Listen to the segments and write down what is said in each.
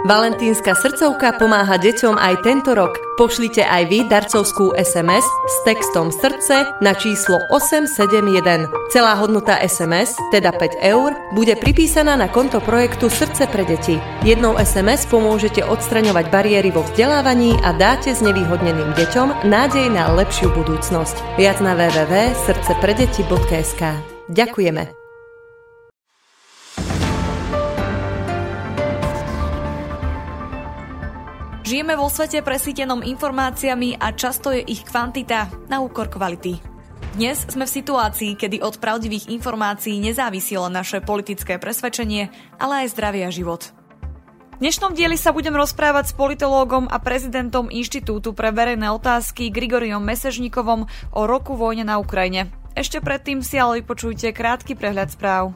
Valentínska srdcovka pomáha deťom aj tento rok. Pošlite aj vy darcovskú SMS s textom srdce na číslo 871. Celá hodnota SMS, teda 5 eur, bude pripísaná na konto projektu Srdce pre deti. Jednou SMS pomôžete odstraňovať bariéry vo vzdelávaní a dáte znevýhodneným deťom nádej na lepšiu budúcnosť. Viac na www.srdcepredeti.sk. Ďakujeme. Žijeme vo svete presýtenom informáciami a často je ich kvantita na úkor kvality. Dnes sme v situácii, kedy od pravdivých informácií nezávisí len naše politické presvedčenie, ale aj zdravie a život. V dnešnom dieli sa budem rozprávať s politológom a prezidentom Inštitútu pre verejné otázky Grigoriom Mesežníkovom o roku vojne na Ukrajine. Ešte predtým si ale vypočujte krátky prehľad správ.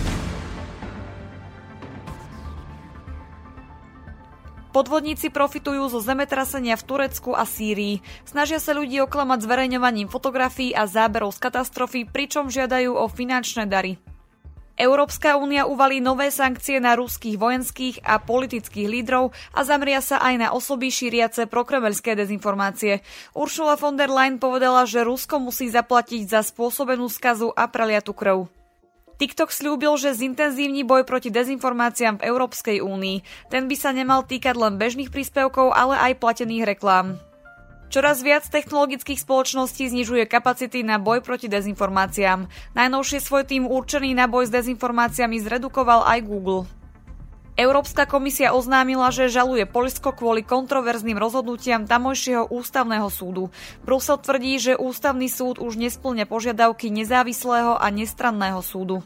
Podvodníci profitujú zo zemetrasenia v Turecku a Sýrii. Snažia sa ľudí oklamať zverejňovaním fotografií a záberov z katastrofy, pričom žiadajú o finančné dary. Európska únia uvalí nové sankcie na ruských vojenských a politických lídrov a zamria sa aj na osoby šíriace prokremeľské dezinformácie. Ursula von der Leyen povedala, že Rusko musí zaplatiť za spôsobenú skazu a preliatu krv. TikTok sľúbil, že zintenzívni boj proti dezinformáciám v Európskej únii. Ten by sa nemal týkať len bežných príspevkov, ale aj platených reklám. Čoraz viac technologických spoločností znižuje kapacity na boj proti dezinformáciám. Najnovšie svoj tím určený na boj s dezinformáciami zredukoval aj Google. Európska komisia oznámila, že žaluje Poľsko kvôli kontroverzným rozhodnutiam tamojšieho ústavného súdu. Brusel tvrdí, že ústavný súd už nespĺňa požiadavky nezávislého a nestranného súdu.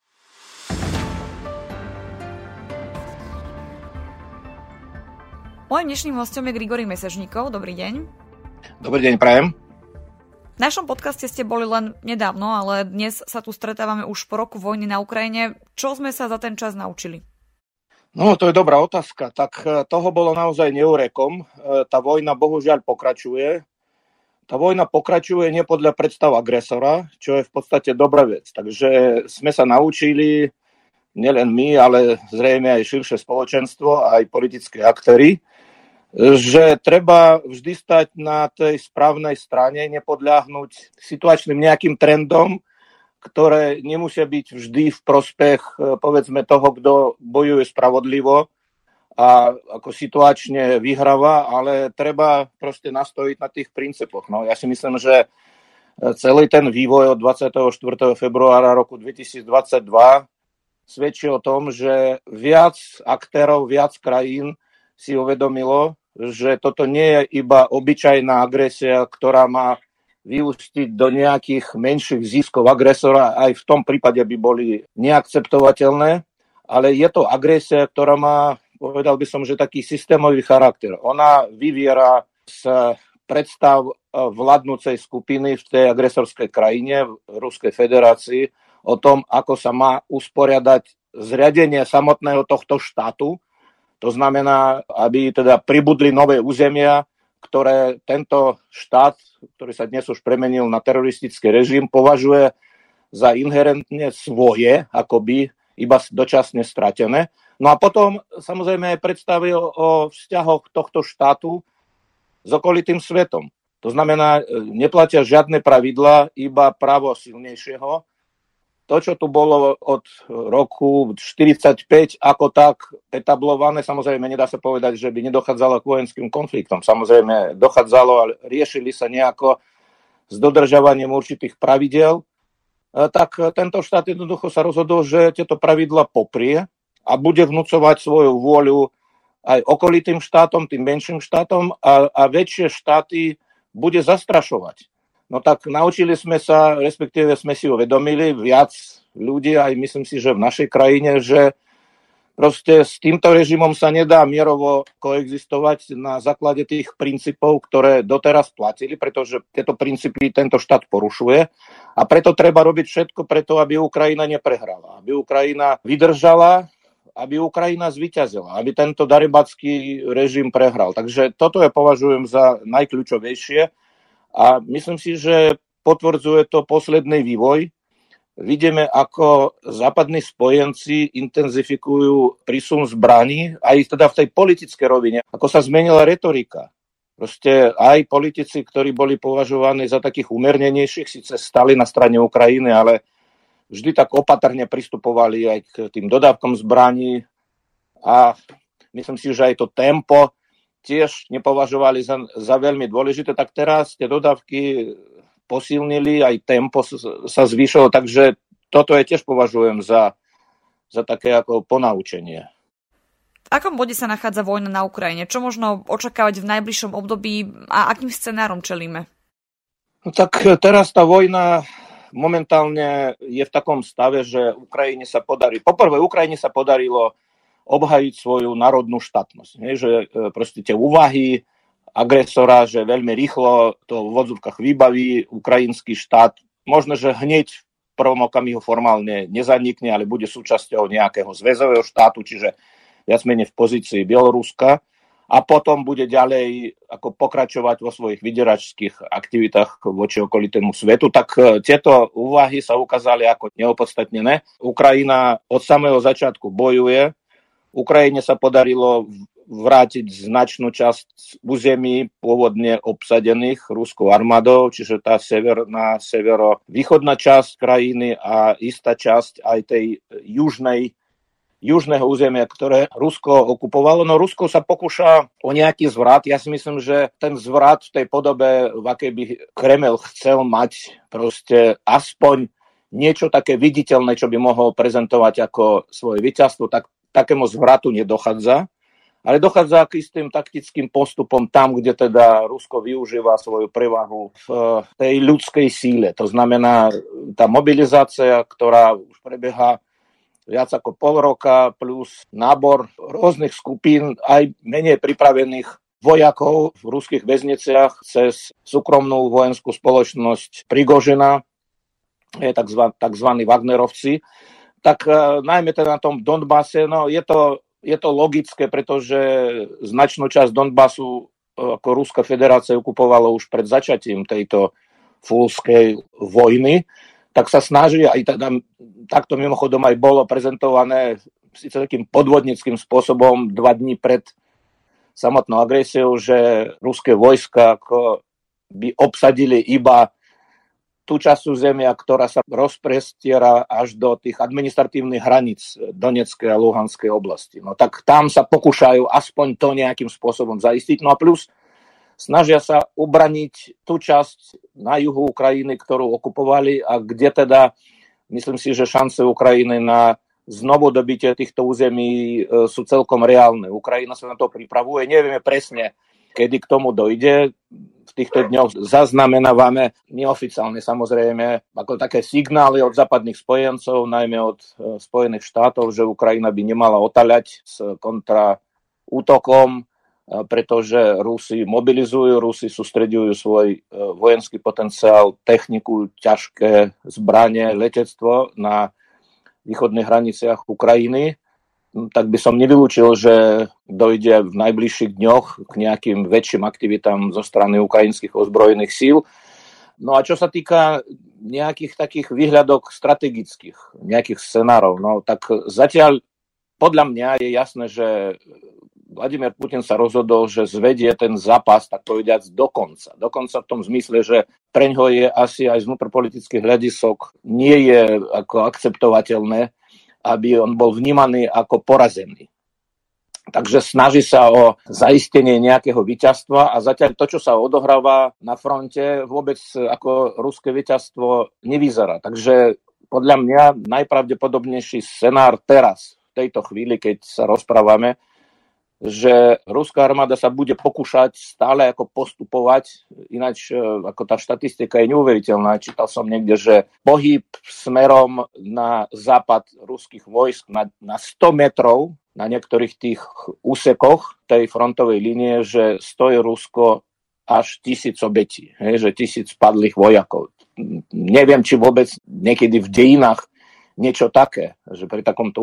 Mojím dnešným hosťom je Grigori Mesežníkov. Dobrý deň. Dobrý deň, prajem. V našom podcaste ste boli len nedávno, ale dnes sa tu stretávame už po roku vojny na Ukrajine. Čo sme sa za ten čas naučili? No, to je dobrá otázka. Tak toho bolo naozaj neurekom. Tá vojna bohužiaľ pokračuje. Tá vojna pokračuje nie podľa predstav agresora, čo je v podstate dobrá vec. Takže sme sa naučili, nielen my, ale zrejme aj širšie spoločenstvo, aj politické aktéry, že treba vždy stať na tej správnej strane, nepodľahnúť situačným nejakým trendom, ktoré nemusia byť vždy v prospech, povedzme, toho, kto bojuje spravodlivo a ako situačne vyhráva, ale treba proste nastojiť na tých princípoch. No, ja si myslím, že celý ten vývoj od 24. februára roku 2022 svedčí o tom, že viac aktérov, viac krajín si uvedomilo, že toto nie je iba obyčajná agresia, ktorá má vyústiť do nejakých menších ziskov agresora, aj v tom prípade by boli neakceptovateľné, ale je to agresia, ktorá má, povedal by som, že taký systémový charakter. Ona vyviera z predstav vládnucej skupiny v tej agresorskej krajine, v Ruskej federácii, o tom, ako sa má usporiadať zriadenie samotného tohto štátu. To znamená, aby teda pribudli nové územia, ktoré tento štát, ktorý sa dnes už premenil na teroristický režim, považuje za inherentne svoje, akoby iba dočasne stratené. No a potom samozrejme aj predstavy o vzťahoch tohto štátu s okolitým svetom. To znamená, neplatia žiadne pravidlá, iba právo silnejšieho. To, čo tu bolo od roku 1945 ako tak etablované, samozrejme nedá sa povedať, že by nedochádzalo k vojenským konfliktom. Samozrejme dochádzalo, ale riešili sa nejako s dodržiavaním určitých pravidel. Tak tento štát jednoducho sa rozhodol, že tieto pravidla poprie a bude vnúcovať svoju vôľu aj okolitým štátom, tým menším štátom a väčšie štáty bude zastrašovať. No tak naučili sme sa, respektíve sme si uvedomili viac ľudí, aj myslím si, že v našej krajine, že proste s týmto režimom sa nedá mierovo koexistovať na základe tých princípov, ktoré doteraz platili, pretože tieto princípy tento štát porušuje a preto treba robiť všetko preto, aby Ukrajina neprehrala, aby Ukrajina vydržala, aby Ukrajina zvíťazila, aby tento darebácky režim prehral. Takže toto ja považujem za najkľúčovejšie. A myslím si, že potvrdzuje to posledný vývoj, vidíme, ako západní spojenci intenzifikujú prísun zbraní, aj teda v tej politickej rovine, ako sa zmenila retorika. Proste aj politici, ktorí boli považovaní za takých umernenejších, síce stali na strane Ukrajiny, ale vždy tak opatrne pristupovali aj k tým dodávkom zbraní a myslím si, že aj to tempo tiež nepovažovali za veľmi dôležité, tak teraz tie dodávky posilnili, aj tempo sa zvýšilo, takže toto je tiež považujem za také ako ponaučenie. V akom bode sa nachádza vojna na Ukrajine? Čo možno očakávať v najbližšom období a akým scenárom čelíme? No tak teraz tá vojna momentálne je v takom stave, že Ukrajine sa podarilo obhajiť svoju národnú štátnosť. Že proste tie úvahy agresora, že veľmi rýchlo to v odzvukách vybaví ukrajinský štát. Možno, že hneď v prvom okamihu formálne nezanikne, ale bude súčasťou nejakého zväzového štátu, čiže viac menej v pozícii Bieloruska. A potom bude ďalej ako pokračovať vo svojich vydieračských aktivitách voči okolitému svetu. Tak tieto úvahy sa ukázali ako neopodstatnené. Ukrajina od samého začiatku bojuje. Ukrajine sa podarilo vrátiť značnú časť území pôvodne obsadených ruskou armádou, čiže tá severovýchodná časť krajiny a istá časť aj tej južného územia, ktoré Rusko okupovalo. No Rusko sa pokúša o nejaký zvrat. Ja si myslím, že ten zvrat v tej podobe, v akej by Kreml chcel mať, proste aspoň niečo také viditeľné, čo by mohol prezentovať ako svoje víťazstvo, tak takému zvratu nedochádza. Ale dochádza k istým taktickým postupom tam, kde teda Rusko využíva svoju prevahu v tej ľudskej síle. To znamená, tá mobilizácia, ktorá už prebieha viac ako pol roka, plus nábor rôznych skupín, aj menej pripravených vojakov v ruských väzniciach cez súkromnú vojenskú spoločnosť Prigožina, tzv. Wagnerovci. Tak najmä teda na tom Donbase, no je to logické, pretože značnú časť Donbasu ako Ruská federácia okupovala už pred začatím tejto full-scale vojny, tak sa snaží, aj takto mimochodom aj bolo prezentované síce takým podvodníckym spôsobom 2 dní pred samotnou agresiou, že ruské vojska ako by obsadili iba tú časť územia, ktorá sa rozprestiera až do tých administratívnych hraníc Donetskej a Luhanskej oblasti. No tak tam sa pokúšajú aspoň to nejakým spôsobom zaistiť. No a plus snažia sa ubraniť tú časť na juhu Ukrajiny, ktorú okupovali a kde teda, myslím si, že šance Ukrajiny na znovu dobitie týchto území sú celkom reálne. Ukrajina sa na to pripravuje. Nevieme presne, kedy k tomu dojde. V týchto dňoch zaznamenávame neoficiálne samozrejme ako také signály od západných spojencov, najmä od Spojených štátov, že Ukrajina by nemala otáľať s kontraútokom, pretože Rusi mobilizujú, Rusi sústreďujú svoj vojenský potenciál, techniku, ťažké zbranie, letectvo na východných hraniciach Ukrajiny. Tak by som nevylúčil, že dojde v najbližších dňoch k nejakým väčším aktivitám zo strany ukrajinských ozbrojených síl. No a čo sa týka nejakých takých výhľadok strategických, nejakých scenárov, no tak zatiaľ podľa mňa je jasné, že Vladimír Putin sa rozhodol, že zvedie ten zápas, tak povediac, do konca. Dokonca v tom zmysle, že preňho je asi aj z vnútropolitických hľadisok nie je ako akceptovateľné, aby on bol vnímaný ako porazený. Takže snaží sa o zaistenie nejakého víťazstva a zatiaľ to, čo sa odohráva na fronte, vôbec ako ruské víťazstvo nevyzerá. Takže podľa mňa najpravdepodobnejší scenár teraz, v tejto chvíli, keď sa rozprávame, že ruská armáda sa bude pokúšať stále ako postupovať, ináč ako tá štatistika je neuveriteľná. Čítal som niekde, že pohyb smerom na západ ruských vojsk na 100 metrov na niektorých tých úsekoch tej frontovej línie, že stojí Rusko až 1000 obetí, že 1000 padlých vojakov. Neviem, či vôbec niekedy v dejinách niečo také, že pri takomto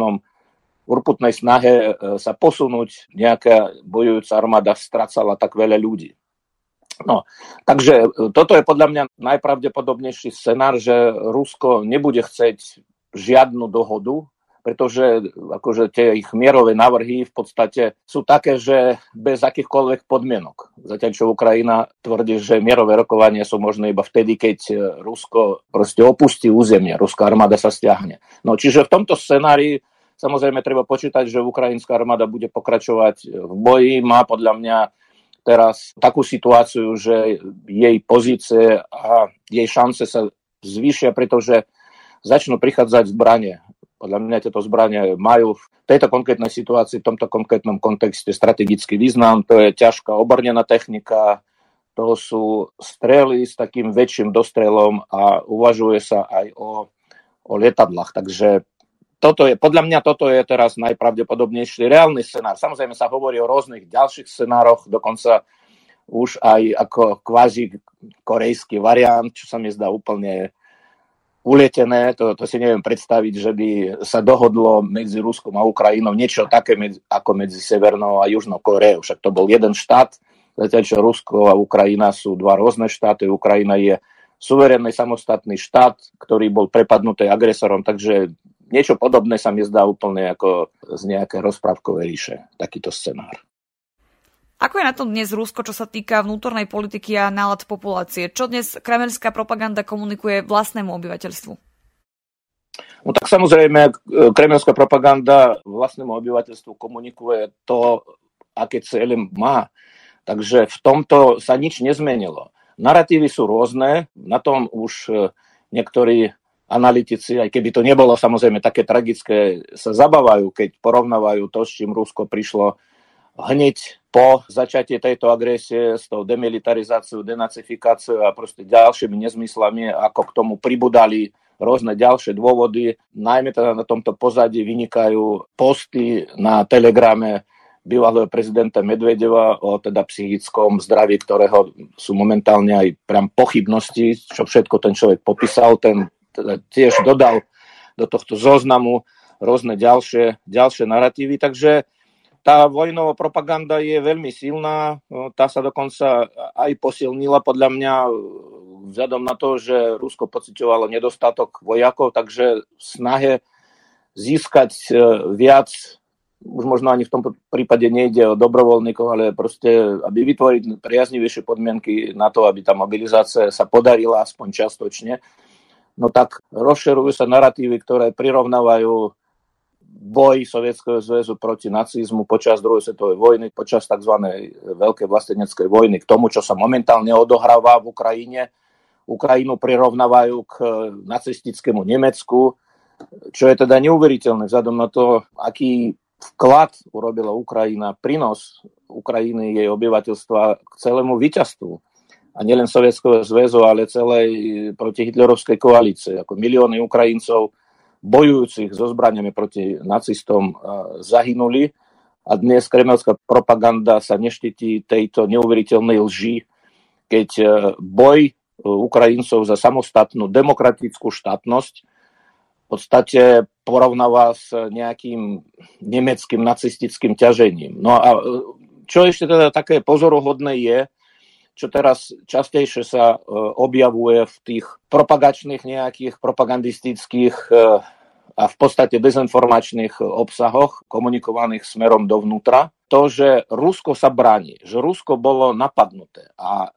urputnej snahe sa posunúť nejaká bojujúca armáda stracala tak veľa ľudí. No, takže toto je podľa mňa najpravdepodobnejší scenár, že Rusko nebude chcieť žiadnu dohodu, pretože akože tie ich mierové návrhy v podstate sú také, že bez akýchkoľvek podmienok. Zatiaľ, čo Ukrajina tvrdí, že mierové rokovania sú možné iba vtedy, keď Rusko proste opustí územie, ruská armáda sa stiahne. No, čiže v tomto scenári samozrejme treba počítať, že ukrajinská armáda bude pokračovať v boji, má podľa mňa teraz takú situáciu, že jej pozície a jej šance sa zvýšia, pretože začnú prichádzať zbranie. Podľa mňa tieto zbranie majú v tejto konkrétnej situácii, v tomto konkrétnom kontexte strategický význam. To je ťažká obrnená technika, to sú strely s takým väčším dostrelom a uvažuje sa aj o lietadlách. Takže podľa mňa toto je teraz najpravdepodobnejší reálny scenár. Samozrejme sa hovorí o rôznych ďalších scenároch, dokonca už aj ako kvázi korejský variant, čo sa mi zdá úplne uletené, to si neviem predstaviť, že by sa dohodlo medzi Ruskom a Ukrajinou niečo také ako medzi Severnou a Južnou Koreou. Však to bol jeden štát, zatiaľ čo Rusko a Ukrajina sú dva rôzne štáty. Ukrajina je suverénny samostatný štát, ktorý bol prepadnutý agresorom, takže niečo podobné sa mi zdá úplne ako z nejaké rozprávkové ríše, takýto scenár. Ako je na tom dnes Rusko, čo sa týka vnútornej politiky a nálad populácie? Čo dnes kremelská propaganda komunikuje vlastnému obyvateľstvu? No tak samozrejme, kremelská propaganda vlastnému obyvateľstvu komunikuje to, aké cieľe má. Takže v tomto sa nič nezmenilo. Naratívy sú rôzne, na tom už niektorí analytici, aj keby to nebolo samozrejme také tragické, sa zabávajú, keď porovnávajú to, s čím Rusko prišlo hneď po začatí tejto agresie s tou demilitarizáciou, denacifikáciou a proste ďalšími nezmyslami, ako k tomu pribudali rôzne ďalšie dôvody. Najmä teda na tomto pozadí vynikajú posty na Telegrame bývalého prezidenta Medvedeva o teda psychickom zdraví, ktorého sú momentálne aj priam pochybnosti, čo všetko ten človek popísal, ten teda tiež dodal do tohto zoznamu rôzne ďalšie naratívy, takže tá vojnová propaganda je veľmi silná, tá sa dokonca aj posilnila podľa mňa vzhľadom na to, že Rusko pociťovalo nedostatok vojakov, takže v snahe získať viac, už možno ani v tom prípade nejde o dobrovoľníkov, ale proste, aby vytvoriť priaznivejšie podmienky na to, aby tá mobilizácia sa podarila aspoň čiastočne, no tak rozšerujú sa naratívy, ktoré prirovnávajú boj Sovietskeho zväzu proti nacizmu počas druhej svetovej vojny, počas tzv. Veľkej vlasteneckej vojny k tomu, čo sa momentálne odohráva v Ukrajine. Ukrajinu prirovnávajú k nacistickému Nemecku, čo je teda neuveriteľné vzhľadom na to, aký vklad urobila Ukrajina, prínos Ukrajiny, jej obyvateľstva k celému víťazstvu. A nielen Sovietskeho zväzu, ale celej protihitlerovskej koalície. Ako milióny Ukrajincov bojujúcich so zbraniami proti nacistom zahynuli a dnes kremelská propaganda sa neštítí tejto neuveriteľnej lži, keď boj Ukrajincov za samostatnú demokratickú štátnosť v podstate porovnáva s nejakým nemeckým nacistickým ťažením. No a čo ešte teda také pozoruhodné je, čo teraz častejšie sa objavuje v tých propagačných nejakých propagandistických a v podstate dezinformačných obsahoch komunikovaných smerom dovnútra, to, že Rusko sa bráni, že Rusko bolo napadnuté a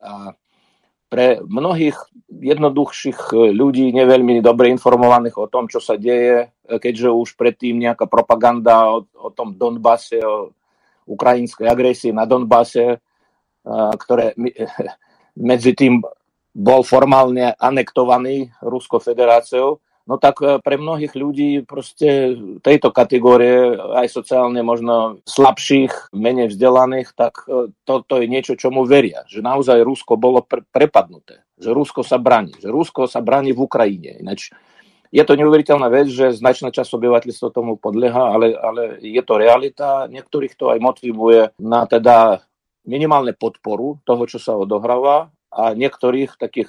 pre mnohých jednoduchších ľudí, neveľmi dobre informovaných o tom, čo sa deje, keďže už predtým nejaká propaganda o tom Donbase, o ukrajinskej agresii na Donbase, ktoré medzi tým bol formálne anektovaný Ruskou federáciou, no tak pre mnohých ľudí proste tejto kategórie, aj sociálne možno slabších, menej vzdelaných, tak toto je niečo, čomu veria. Že naozaj Rusko bolo prepadnuté. Že Rusko sa bráni v Ukrajine. Ináč je to neuveriteľná vec, že značná časť obyvateľstva tomu podlieha, ale je to realita. Niektorých to aj motivuje na teda minimálne podporu toho, čo sa odohráva, a niektorých takých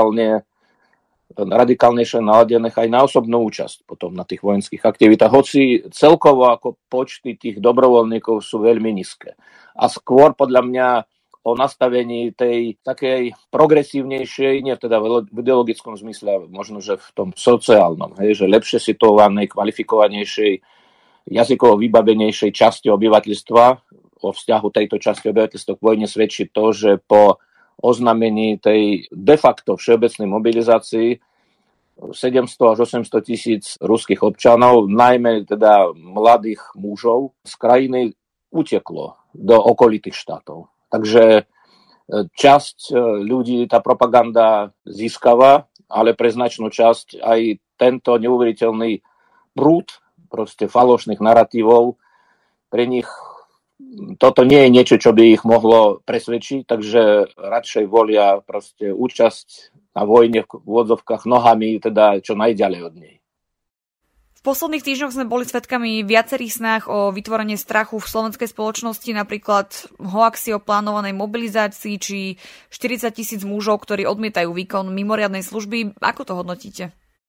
radikálnejšie naladených aj na osobnú účasť potom na tých vojenských aktivitách. Hoci celkovo ako počty tých dobrovoľníkov sú veľmi nízke. A skôr podľa mňa o nastavení tej takej progresívnejšej, nie teda v ideologickom zmysle, možno, že v tom sociálnom, že lepšie situovanej, kvalifikovanejšej, jazykovo vybavenejšej časti obyvateľstva. O vzťahu tejto časti obyvateľstva k vojne svedčí to, že po oznámení tej de facto všeobecnej mobilizácii 700 až 800 tisíc ruských občanov, najmä teda mladých mužov, z krajiny uteklo do okolitých štátov. Takže časť ľudí tá propaganda získava, ale pre značnú časť aj tento neuveriteľný prúd proste falošných narratívov, pre nich toto nie je niečo, čo by ich mohlo presvedčiť, takže radšej volia proste účasť na vojne v úvodzovkách nohami, teda čo najďalej od nej. V posledných týždňoch sme boli svedkami viacerých snách o vytvorenie strachu v slovenskej spoločnosti, napríklad hoaxy o plánovanej mobilizácii či 40 000 mužov, ktorí odmietajú výkon mimoriadnej služby. Ako to hodnotíte?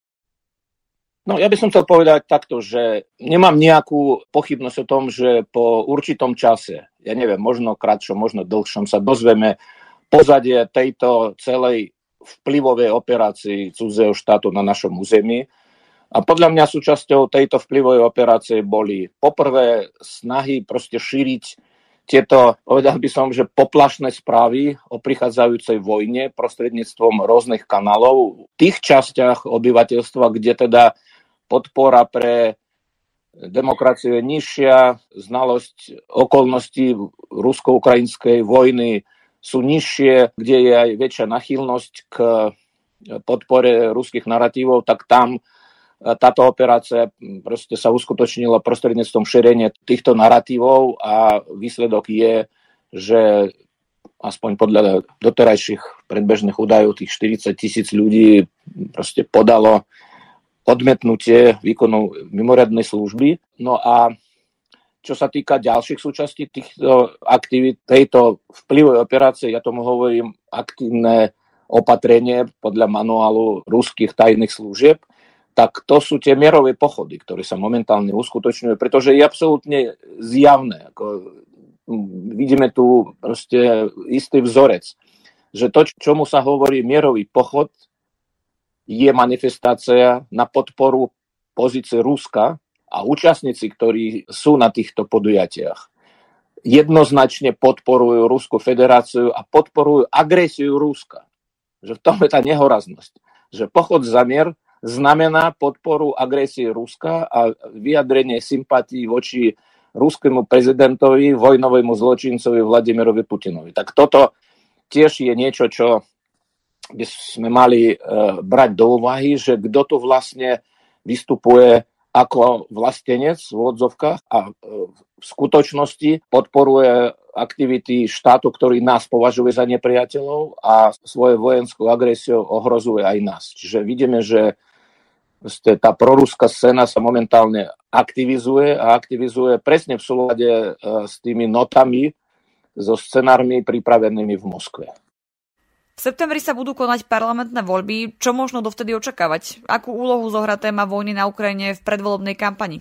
No, ja by som chcel povedať takto, že nemám nejakú pochybnosť o tom, že po určitom čase, ja neviem, možno kratšom, možno dlhšom, sa dozvieme pozadie tejto celej vplyvovej operácii cudzieho štátu na našom území. A podľa mňa súčasťou tejto vplyvovej operácie boli poprvé snahy proste šíriť tieto, povedal by som, že poplašné správy o prichádzajúcej vojne prostredníctvom rôznych kanálov v tých častiach obyvateľstva, kde teda podpora pre demokraciu je nižšia, znalosť okolností rusko-ukrajinskej vojny sú nižšie, kde je aj väčšia nachylnosť k podpore ruských naratívov, tak tam táto operácia proste sa uskutočnila prostredníctvom šírenia týchto naratívov a výsledok je, že aspoň podľa doterajších predbežných údajov tých 40 000 ľudí proste podalo odmietnutie výkonu mimoriadnej služby. No a čo sa týka ďalších súčastí týchto aktivít, tejto vplyvovej operácie, ja tomu hovorím aktívne opatrenie podľa manuálu ruských tajných služieb, tak to sú tie mierové pochody, ktoré sa momentálne uskutočňujú, pretože je absolútne zjavné. Vidíme tu proste istý vzorec, že to, čomu sa hovorí mierový pochod, je manifestácia na podporu pozície Ruska a účastníci, ktorí sú na týchto podujatiach, jednoznačne podporujú Ruskú federáciu a podporujú agresiu Ruska. Že v tom je tá nehoraznosť. Že pochod za mier znamená podporu agresie Ruska a vyjadrenie sympatí voči ruskému prezidentovi, vojnovému zločincovi Vladimirovi Putinovi. Tak toto tiež je niečo, čo by sme mali brať do úvahy, že kto tu vlastne vystupuje ako vlastenec v odzovkách a v skutočnosti podporuje aktivity štátu, ktorý nás považuje za nepriateľov a svojou vojenskou agresiou ohrozuje aj nás. Čiže vidíme, že tá proruská scéna sa momentálne aktivizuje a aktivizuje presne v súlade s tými notami, so scenármi pripravenými v Moskve. V septembri sa budú konať parlamentné voľby. Čo možno dovtedy očakávať? Akú úlohu zohrá téma vojny na Ukrajine v predvolebnej kampani?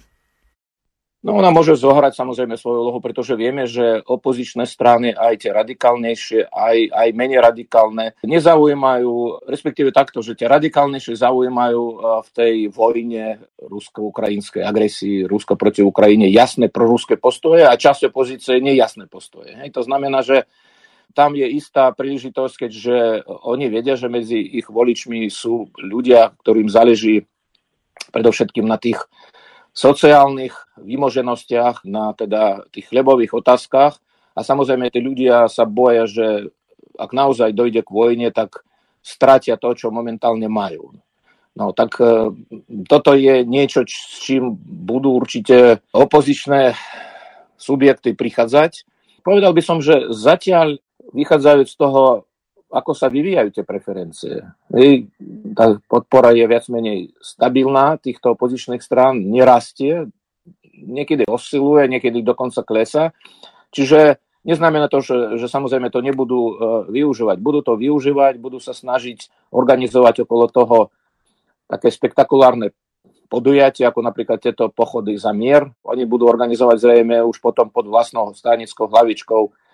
No ona môže zohrať samozrejme svoju úlohu, pretože vieme, že opozičné strany, aj tie radikálnejšie, aj menej radikálne, nezaujímajú, respektíve takto, že tie radikálnejšie zaujímajú v tej vojne rusko-ukrajinskej agresii, Rusko proti Ukrajine jasné proruské postoje a časť opozície nejasné postoje. Hej, to znamená, že tam je istá príležitosť, keďže oni vedia, že medzi ich voličmi sú ľudia, ktorým záleží predovšetkým na tých sociálnych vymoženostiach, na teda tých chlebových otázkach. A samozrejme, tí ľudia sa boja, že ak naozaj dojde k vojne, tak stratia to, čo momentálne majú. No tak toto je niečo, s čím budú určite opozičné subjekty prichádzať. Povedal by som, že zatiaľ vychádzajú z toho, ako sa vyvíjajú tie preferencie. Tá podpora je viac menej stabilná týchto opozičných strán, nerastie, niekedy osciluje, niekedy dokonca klesa. Čiže neznamená to, že samozrejme to nebudú využívať. Budú to využívať, budú sa snažiť organizovať okolo toho také spektakulárne podujatia, ako napríklad tieto pochody za mier. Oni budú organizovať zrejme už potom pod vlastnou stranickou hlavičkou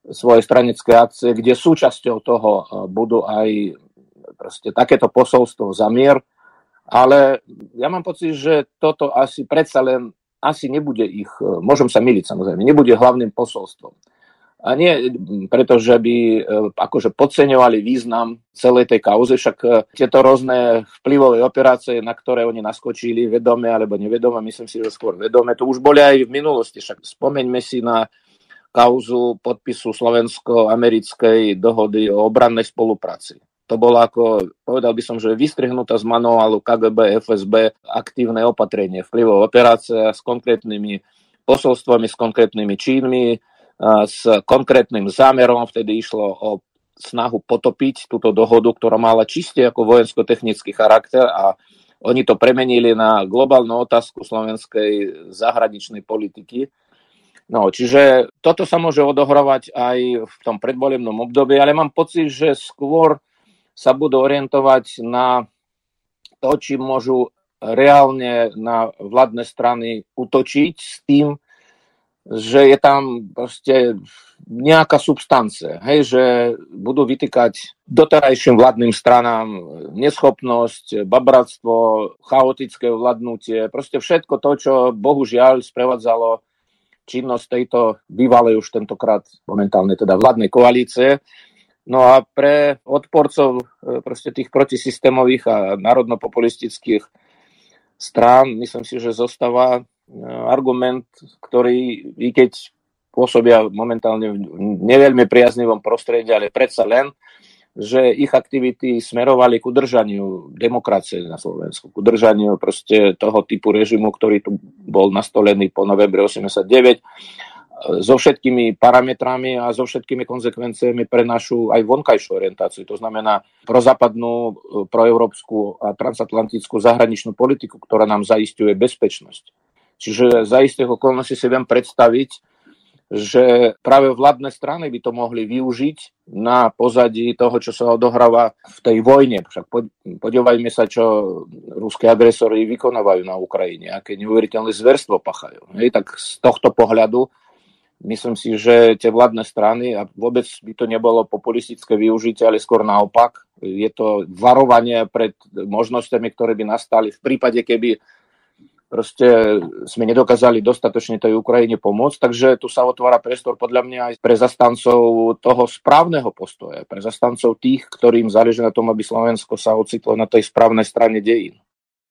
svoje stranické akcie, kde súčasťou toho budú aj proste takéto posolstvo za mier. Ale ja mám pocit, že toto asi predsa len nebude ich, môžem sa myliť samozrejme, nebude hlavným posolstvom. A nie preto, že by akože podceňovali význam celej tej kauzy, však tieto rôzne vplyvové operácie, na ktoré oni naskočili, vedome alebo nevedome, myslím si, že skôr vedome, to už boli aj v minulosti. Však spomeňme si na kauzu podpisu slovensko-americkej dohody o obrannej spolupráci. To bolo ako, povedal by som, že vystrihnutá z manuálu KGB, FSB aktívne opatrenie, vplyvová operácia s konkrétnymi posolstvami, s konkrétnymi činmi, s konkrétnym zámerom. Vtedy išlo o snahu potopiť túto dohodu, ktorá mala čiste ako vojensko-technický charakter a oni to premenili na globálnu otázku slovenskej zahraničnej politiky. No, čiže toto sa môže odohrávať aj v tom predvolebnom období, ale mám pocit, že skôr sa budú orientovať na to, či môžu reálne na vládne strany útočiť s tým, že je tam proste nejaká substancia, hej, že budú vytýkať doterajším vládnym stranám neschopnosť, babratstvo, chaotické vládnutie, proste všetko to, čo bohužiaľ sprevádzalo činnosť tejto bývalej už tentokrát momentálne teda vládnej koalície. No a pre odporcov proste tých protisystémových a národnopopulistických strán, myslím si, že zostáva argument, ktorý, i keď pôsobia momentálne v neveľmi priaznivom prostredí, ale predsa len, že ich aktivity smerovali k udržaniu demokracie na Slovensku, k udržaniu proste toho typu režimu, ktorý tu bol nastolený po novembri 89, so všetkými parametrami a so všetkými konzekvenciami pre našu aj vonkajšiu orientáciu. To znamená prozápadnú, proeurópsku a transatlantickú zahraničnú politiku, ktorá nám zaisťuje bezpečnosť. Čiže za istých okolností si viem predstaviť, že práve vládne strany by to mohli využiť na pozadí toho, čo sa odohráva v tej vojne. Však podívajme sa, čo ruské agresori vykonávajú na Ukrajine, aké neuveriteľné zverstvo pachajú. Tak z tohto pohľadu myslím si, že tie vládne strany, a vôbec by to nebolo populistické využitie, ale skôr naopak, je to varovanie pred možnosťami, ktoré by nastali v prípade, keby proste sme nedokázali dostatočne tej Ukrajine pomôcť, takže tu sa otvára priestor podľa mňa aj pre zastancov toho správneho postoja, pre zastancov tých, ktorým záleží na tom, aby Slovensko sa ocitlo na tej správnej strane dejín.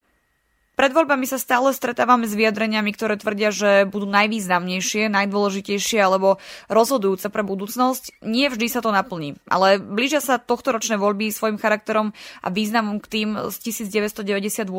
Pred voľbami sa stále stretávame s vyjadreniami, ktoré tvrdia, že budú najvýznamnejšie, najdôležitejšie alebo rozhodujúce pre budúcnosť. Nie vždy sa to naplní, ale blížia sa tohtoročné voľby svojim charakterom a významom k tým z 1998?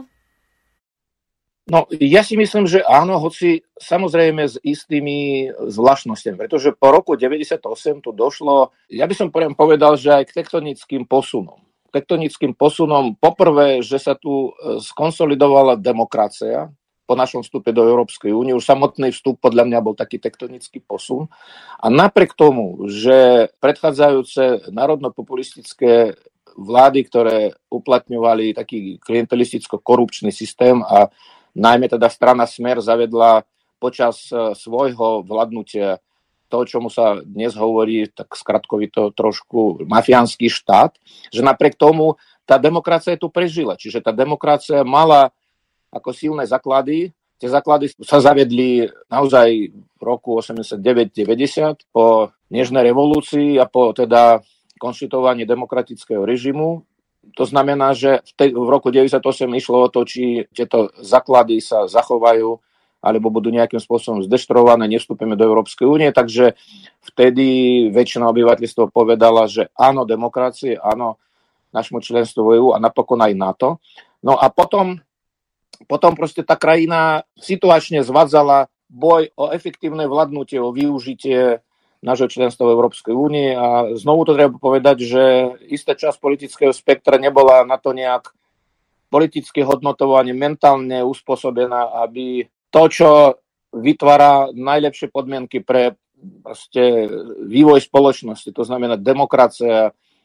No, ja si myslím, že áno, hoci samozrejme s istými zvláštnostiami, pretože po roku 98 tu došlo, ja by som povedal, že aj k tektonickým posunom. Poprvé, že sa tu skonsolidovala demokracia po našom vstupe do Európskej únie. Už samotný vstup podľa mňa bol taký tektonický posun. A napriek tomu, že predchádzajúce národno-populistické vlády, ktoré uplatňovali taký klientelisticko-korupčný systém a najmä teda strana Smer zavedla počas svojho vládnutia to, čomu sa dnes hovorí, tak skratkovito trošku mafiánsky štát, že napriek tomu tá demokracia tu prežila. Čiže tá demokracia mala ako silné základy. Tie základy sa zavedli naozaj v roku 89-90 po nežnej revolúcii a po teda konštitovaní demokratického režimu. To znamená, že v roku 98 išlo o to, či tieto základy sa zachovajú alebo budú nejakým spôsobom zdeštrované, nevstúpime do Európskej únie, takže vtedy väčšina obyvateľstva povedala, že áno demokracie, áno našmu členstvu v EÚ a napokon aj NATO. No a potom proste tá krajina situačne zvádzala boj o efektívne vládnutie, o využitie nášho členstva v Európskej únii a znovu to treba povedať, že istá časť politického spektra nebola na to nejak politicky hodnotované, mentálne uspôsobená, aby to, čo vytvára najlepšie podmienky pre proste vývoj spoločnosti, to znamená demokracia,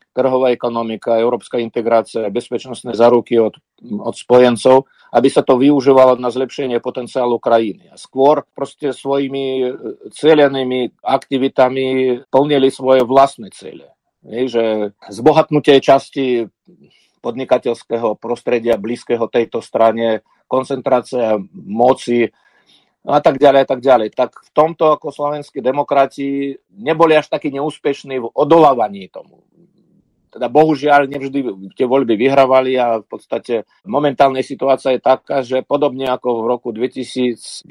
trhová ekonomika, európska integrácia, bezpečnostné záruky od spojencov, aby sa to využívalo na zlepšenie potenciálu krajiny. A skôr proste svojimi cieľenými aktivitami plnili svoje vlastné ciele. Že zbohatnutie časti podnikateľského prostredia blízkeho tejto strane, koncentrácia moci a tak ďalej, a tak ďalej. Tak v tomto ako slovenskí demokrati neboli až takí neúspešní v odolávaní tomu. Teda bohužiaľ nevždy tie voľby vyhrávali a v podstate momentálna situácia je taká, že podobne ako v roku 2011-12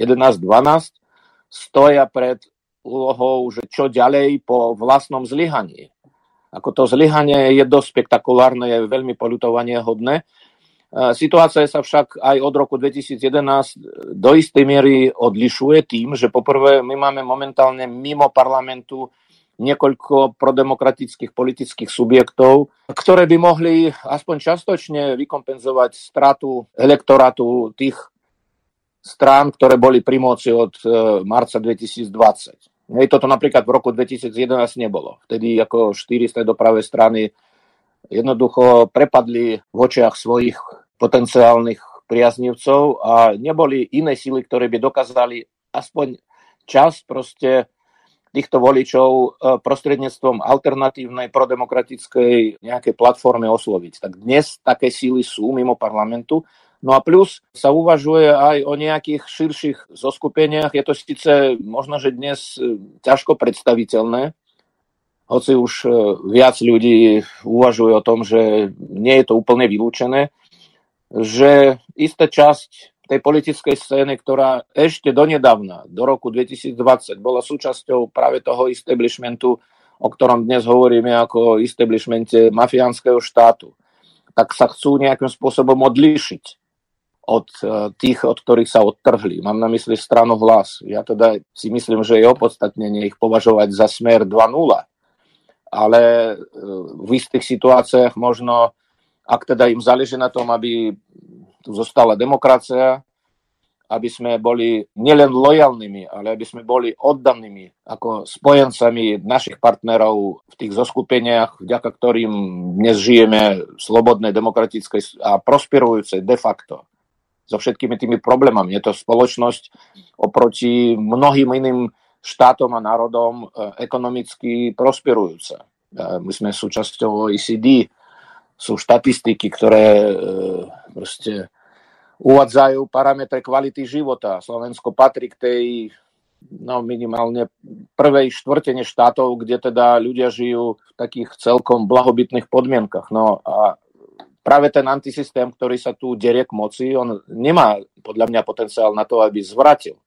stoja pred úlohou, že čo ďalej po vlastnom zlyhaní. Ako to zlyhanie je dosť spektakulárne, je veľmi poľutovaniahodné. Situácia sa však aj od roku 2011 do istej miery odlišuje tým, že poprvé my máme momentálne mimo parlamentu niekoľko prodemokratických politických subjektov, ktoré by mohli aspoň častočne vykompenzovať stratu elektorátu tých strán, ktoré boli pri moci od marca 2020. Toto napríklad v roku 2011 nebolo. Vtedy ako 4 stredopravé strany jednoducho prepadli v očiach svojich potenciálnych priaznivcov a neboli iné sily, ktoré by dokázali aspoň časť proste týchto voličov prostredníctvom alternatívnej prodemokratickej nejakej platformy osloviť. Tak dnes také síly sú mimo parlamentu. No a plus sa uvažuje aj o nejakých širších zoskupeniach. Je to síce možno, že dnes ťažko predstaviteľné, hoci už viac ľudí uvažuje o tom, že nie je to úplne vylúčené, že istá časť tej politickej scény, ktorá ešte donedávna, do roku 2020, bola súčasťou práve toho establishmentu, o ktorom dnes hovoríme ako o establishmente mafiánskeho štátu, tak sa chcú nejakým spôsobom odlíšiť od tých, od ktorých sa odtrhli. Mám na mysli stranu Hlas. Ja teda si myslím, že je opodstatnenie ich považovať za Smer 2.0. Ale v istých situáciách možno, ak teda im záleží na tom, aby tu zostala demokracia, aby sme boli nielen lojalnými, ale aby sme boli oddanými ako spojencami našich partnerov v tých zoskupeniach, vďaka ktorým dnes žijeme v slobodnej, demokratickej a prosperujúcej de facto so všetkými tými problémami. Je to spoločnosť oproti mnohým iným štátom a národom ekonomicky prosperujúca. My sme súčasťou OECD, sú štatistiky, ktoré proste uvádzajú parametre kvality života. Slovensko patrí k tej minimálne prvej štvrtine štátov, kde teda ľudia žijú v takých celkom blahobytných podmienkach. No a práve ten antisystém, ktorý sa tu derie k moci, on nemá podľa mňa potenciál na to, aby zvratil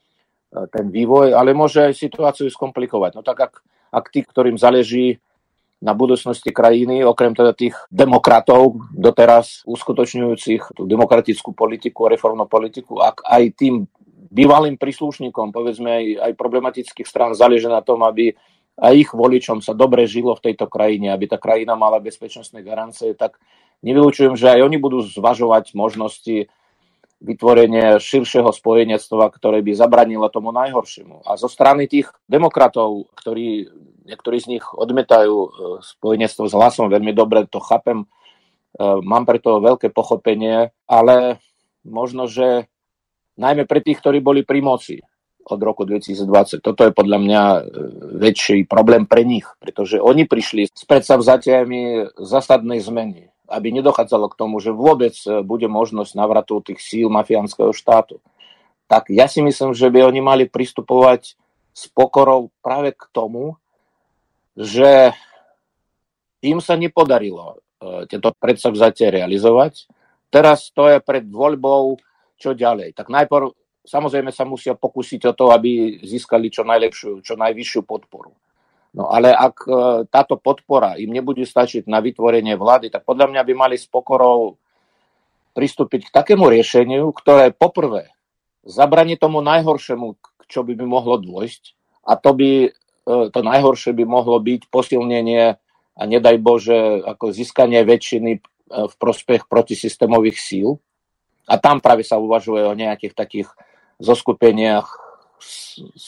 ten vývoj, ale môže aj situáciu skomplikovať. No tak ak tí, ktorým záleží na budúcnosti krajiny, okrem teda tých demokratov, doteraz uskutočňujúcich tú demokratickú politiku a reformnú politiku, ak aj tým bývalým príslušníkom, povedzme aj problematických strán, záleží na tom, aby aj ich voličom sa dobre žilo v tejto krajine, aby tá krajina mala bezpečnostné garancie, tak nevylučujem, že aj oni budú zvažovať možnosti vytvorenia širšieho spojenectva, ktoré by zabranilo tomu najhoršiemu. A zo strany tých demokratov, niektorí z nich odmietajú spojenectvo s Hlasom, veľmi dobre to chápem, mám preto veľké pochopenie, ale možno, že najmä pre tých, ktorí boli pri moci od roku 2020. Toto je podľa mňa väčší problém pre nich, pretože oni prišli s predsavzatiami zásadnej zmeny, aby nedochádzalo k tomu, že vôbec bude možnosť návratu tých síl mafiánskeho štátu. Tak ja si myslím, že by oni mali pristupovať s pokorou práve k tomu, že im sa nepodarilo tieto predsavzatie realizovať. Teraz to je pred voľbou, čo ďalej. Tak najprv samozrejme sa musia pokúsiť o to, aby získali čo najlepšiu, čo najvyššiu podporu. No ale ak táto podpora im nebude stačiť na vytvorenie vlády, tak podľa mňa by mali s pokorou pristúpiť k takému riešeniu, ktoré poprvé zabraní tomu najhoršiemu, čo by mohlo dôjsť, a to najhoršie by mohlo byť posilnenie a nedaj Bože ako získanie väčšiny v prospech protisystémových síl. A tam práve sa uvažuje o nejakých takých zoskupeniach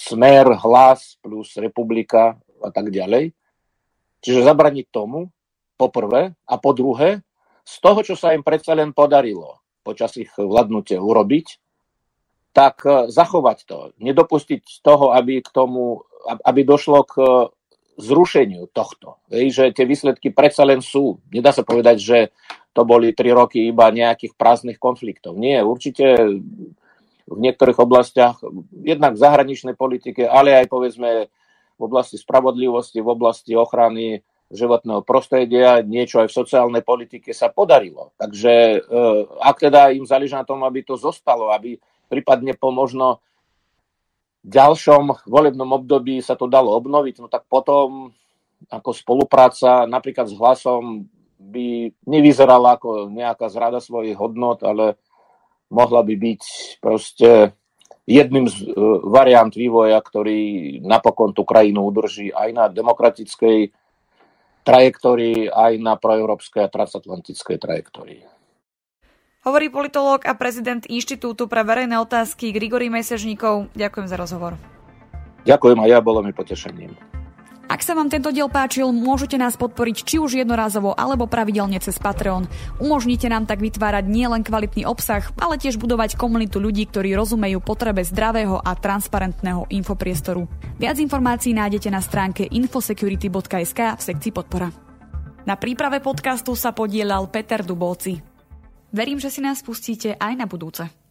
Smer, Hlas plus Republika a tak ďalej. Čiže zabraniť tomu, po prvé, a po druhé, z toho, čo sa im predsa len podarilo počas ich vládnutia urobiť, tak zachovať to. Nedopustiť toho, aby došlo k zrušeniu tohto. Že tie výsledky predsa len sú. Nedá sa povedať, že to boli 3 roky iba nejakých prázdnych konfliktov. Nie, určite v niektorých oblastiach, jednak v zahraničnej politike, ale aj povedzme v oblasti spravodlivosti, v oblasti ochrany životného prostredia, niečo aj v sociálnej politike sa podarilo. Takže ak teda im záleží na tom, aby to zostalo, aby prípadne po možno ďalšom volebnom období sa to dalo obnoviť, no tak potom ako spolupráca napríklad s Hlasom by nevyzerala ako nejaká zrada svojich hodnot, ale mohla by byť proste jedným z variant vývoja, ktorý napokon tú krajinu udrží aj na demokratickej trajektórii, aj na proeurópskej a transatlantickej trajektórii. Hovorí politológ a prezident Inštitútu pre verejné otázky Grigorij Mesežníkov. Ďakujem za rozhovor. Ďakujem a ja, bolo mi potešením. Ak sa vám tento diel páčil, môžete nás podporiť či už jednorázovo alebo pravidelne cez Patreon. Umožnite nám tak vytvárať nielen kvalitný obsah, ale tiež budovať komunitu ľudí, ktorí rozumejú potrebe zdravého a transparentného infopriestoru. Viac informácií nájdete na stránke infosecurity.sk v sekcii podpora. Na príprave podcastu sa podieľal Peter Dubovci. Verím, že si nás pustíte aj na budúce.